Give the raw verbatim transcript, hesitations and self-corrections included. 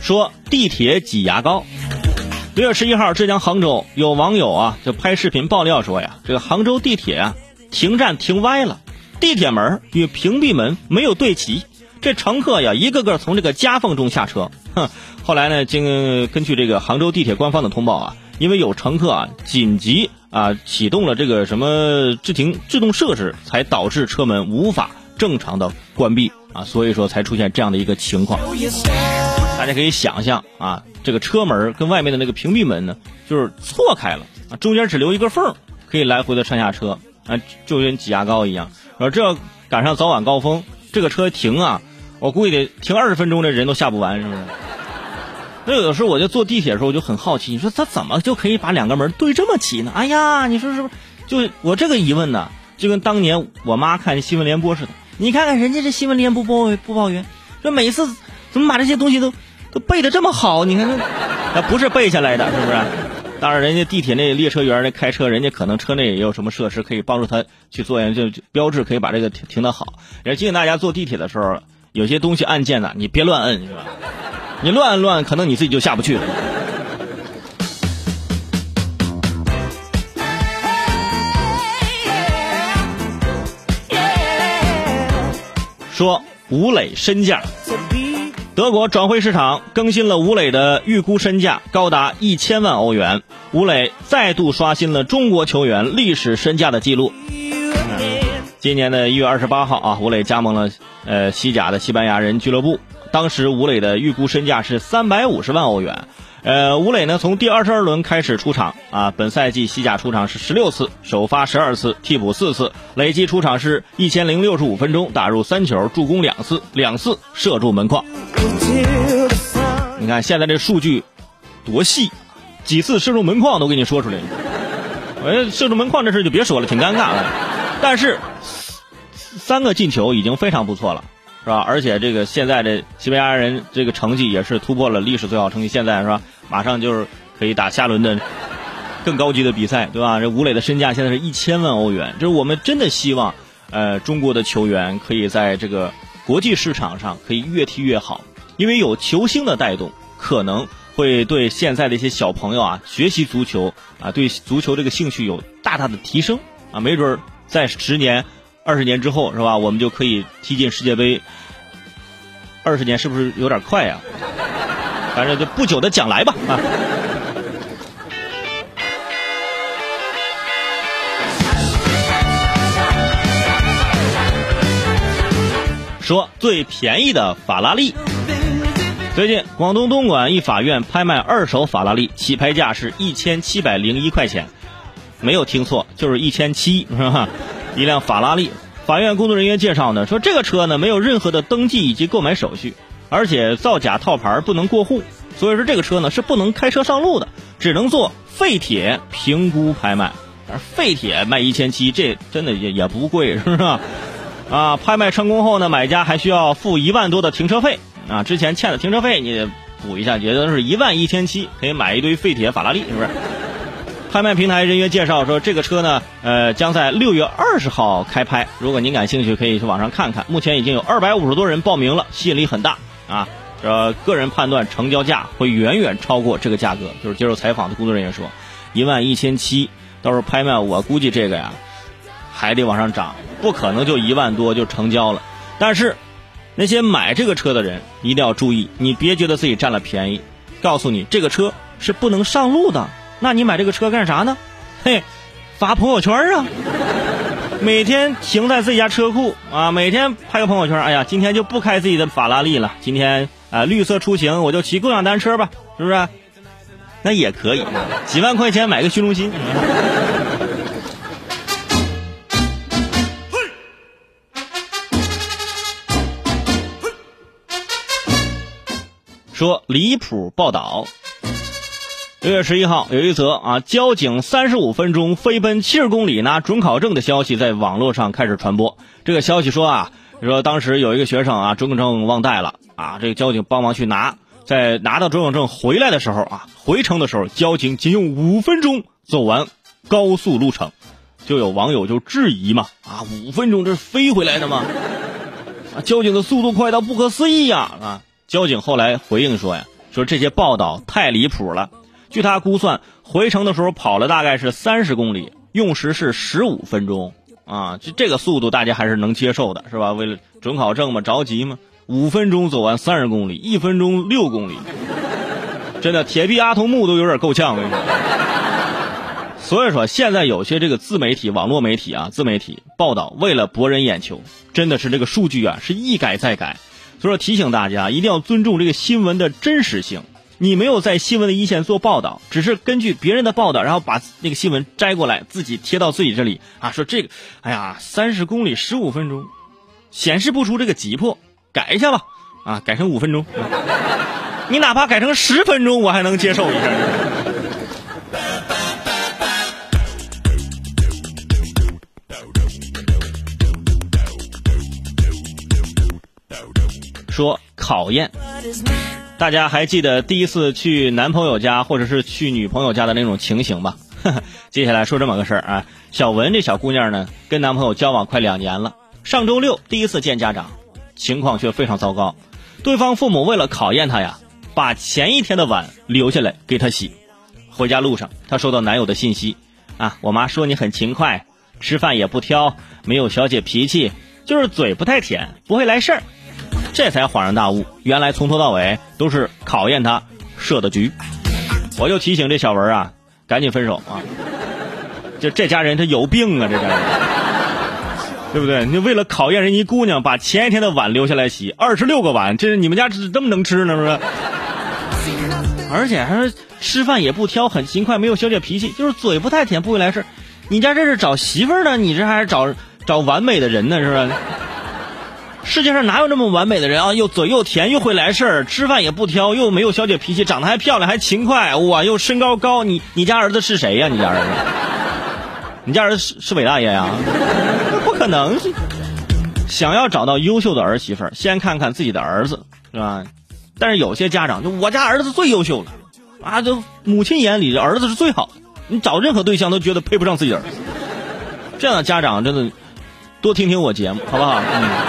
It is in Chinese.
说地铁挤牙膏。六月十一号，浙江杭州有网友啊就拍视频爆料说呀，这个杭州地铁啊停站停歪了，地铁门与屏蔽门没有对齐，这乘客呀一个个从这个夹缝中下车。哼，后来呢，经根据这个杭州地铁官方的通报啊，因为有乘客啊紧急啊启动了这个什么制停制动设施，才导致车门无法正常的关闭啊，所以说才出现这样的一个情况。大家可以想象啊，这个车门跟外面的那个屏蔽门呢，就是错开了啊，中间只留一个缝，可以来回的上下车啊，就跟挤牙膏一样。然后这赶上早晚高峰，这个车停啊，我估计得停二十分钟，这人都下不完，是不是？那有的时候我就坐地铁的时候，我就很好奇，你说他怎么就可以把两个门对这么齐呢？哎呀，你说是不是？就我这个疑问呢，就跟当年我妈看新闻联播似的。你看看人家这新闻联播播播报员，这每次怎么把这些东西都都背得这么好？你看那那不是背下来的，是不是？当然，人家地铁那列车员那开车，人家可能车内也有什么设施可以帮助他去做研究，标志可以把这个停停得好。也提醒大家坐地铁的时候，有些东西按键呢，你别乱摁，是吧？你乱按乱，可能你自己就下不去了。说吴磊身价，德国转会市场更新了吴磊的预估身价，高达一千万欧元。吴磊再度刷新了中国球员历史身价的记录。今年的一月二十八号啊，吴磊加盟了呃西甲的西班牙人俱乐部。当时吴磊的预估身价是三百五十万欧元。呃，吴磊呢从第二十二轮开始出场啊，本赛季西甲出场是十六次，首发十二次，替补四次，累计出场是一千零六十五分钟，打入三球，助攻两次，两次射入门框。你看现在这数据多细，几次射入门框都给你说出来。哎，射入门框这事就别说了，挺尴尬的。但是三个进球已经非常不错了，是吧？而且这个现在的西班牙人这个成绩也是突破了历史最好成绩，现在是吧？马上就是可以打下轮的更高级的比赛，对吧？这吴磊的身价现在是一千万欧元，就是我们真的希望，呃，中国的球员可以在这个国际市场上可以越踢越好，因为有球星的带动，可能会对现在的一些小朋友啊学习足球啊，对足球这个兴趣有大大的提升啊，没准在十年、二十年之后，是吧？我们就可以踢进世界杯。二十年是不是有点快呀？反正就不久的将来吧啊。说最便宜的法拉利。最近广东东莞一法院拍卖二手法拉利，起拍价是一千七百零一块钱，没有听错，就是一千七，是吧？一辆法拉利。法院工作人员介绍呢，说这个车呢没有任何的登记以及购买手续，而且造假套牌不能过户，所以说这个车呢是不能开车上路的，只能做废铁评估拍卖。而废铁卖一千七，这真的也也不贵，是吧？啊，拍卖成功后呢，买家还需要付一万多的停车费啊，之前欠的停车费你得补一下，也就是一万一千七，可以买一堆废铁法拉利，是不是？拍卖平台人员介绍说，这个车呢，呃，将在六月二十号开拍。如果您感兴趣，可以去网上看看。目前已经有二百五十多人报名了，吸引力很大啊。呃，个人判断成交价会远远超过这个价格。就是接受采访的工作人员说，一万一千七，到时候拍卖，我估计这个呀还得往上涨，不可能就一万多就成交了。但是那些买这个车的人一定要注意，你别觉得自己占了便宜。告诉你，这个车是不能上路的。那你买这个车干啥呢？嘿，发朋友圈啊，每天停在自己家车库啊，每天拍个朋友圈。哎呀，今天就不开自己的法拉利了，今天啊、呃、绿色出行，我就骑共享单车吧，是不是？那也可以，几万块钱买个虚荣心。说离谱报道。六月十一号，有一则啊，交警三十五分钟飞奔七十公里拿准考证的消息在网络上开始传播。这个消息说啊，说当时有一个学生啊，准考证忘带了啊，这个交警帮忙去拿，在拿到准考证回来的时候啊，回程的时候，交警仅用五分钟走完高速路程。就有网友就质疑嘛，啊，五分钟这是飞回来的吗？啊，交警的速度快到不可思议呀！啊，交警后来回应说呀， 说这些报道太离谱了。据他估算，回程的时候跑了大概是三十公里，用时是十五分钟啊，这这个速度大家还是能接受的，是吧？为了准考证嘛，着急嘛，五分钟走完三十公里，一分钟六公里，真的铁臂阿童木都有点够呛了。所以说，现在有些这个自媒体、网络媒体啊，自媒体报道为了博人眼球，真的是这个数据啊是一改再改。所以说提醒大家一定要尊重这个新闻的真实性。你没有在新闻的一线做报道，只是根据别人的报道，然后把那个新闻摘过来，自己贴到自己这里啊，说这个，哎呀，三十公里十五分钟，显示不出这个急迫，改一下吧，啊，改成五分钟，你哪怕改成十分钟，我还能接受一下。说考验。大家还记得第一次去男朋友家或者是去女朋友家的那种情形吧？接下来说这么个事儿啊，小文这小姑娘呢，跟男朋友交往快两年了，上周六第一次见家长，情况却非常糟糕。对方父母为了考验她呀，把前一天的碗留下来给她洗。回家路上，她收到男友的信息啊，我妈说你很勤快，吃饭也不挑，没有小姐脾气，就是嘴不太甜，不会来事儿。这才恍然大悟，原来从头到尾都是考验他设的局。我就提醒这小文啊，赶紧分手啊！这这家人他有病啊，这家人，对不对？你为了考验人一姑娘，把前一天的碗留下来洗，二十六个碗，这是你们家这么能吃呢，是不是？而且还是吃饭也不挑，很勤快，没有小姐脾气，就是嘴不太甜，不会来事。你家这是找媳妇儿呢，你这还是找找完美的人呢，是吧？世界上哪有这么完美的人啊？又嘴又甜，又会来事儿，吃饭也不挑，又没有小姐脾气，长得还漂亮，还勤快，哇，又身高高。你你家儿子是谁呀？你家儿子？你家儿子是是伟大爷呀？不可能！想要找到优秀的儿媳妇，先看看自己的儿子，是吧？但是有些家长就我家儿子最优秀了啊，就母亲眼里儿子是最好的，你找任何对象都觉得配不上自己的儿子。这样的家长真的多听听我节目，好不好？嗯。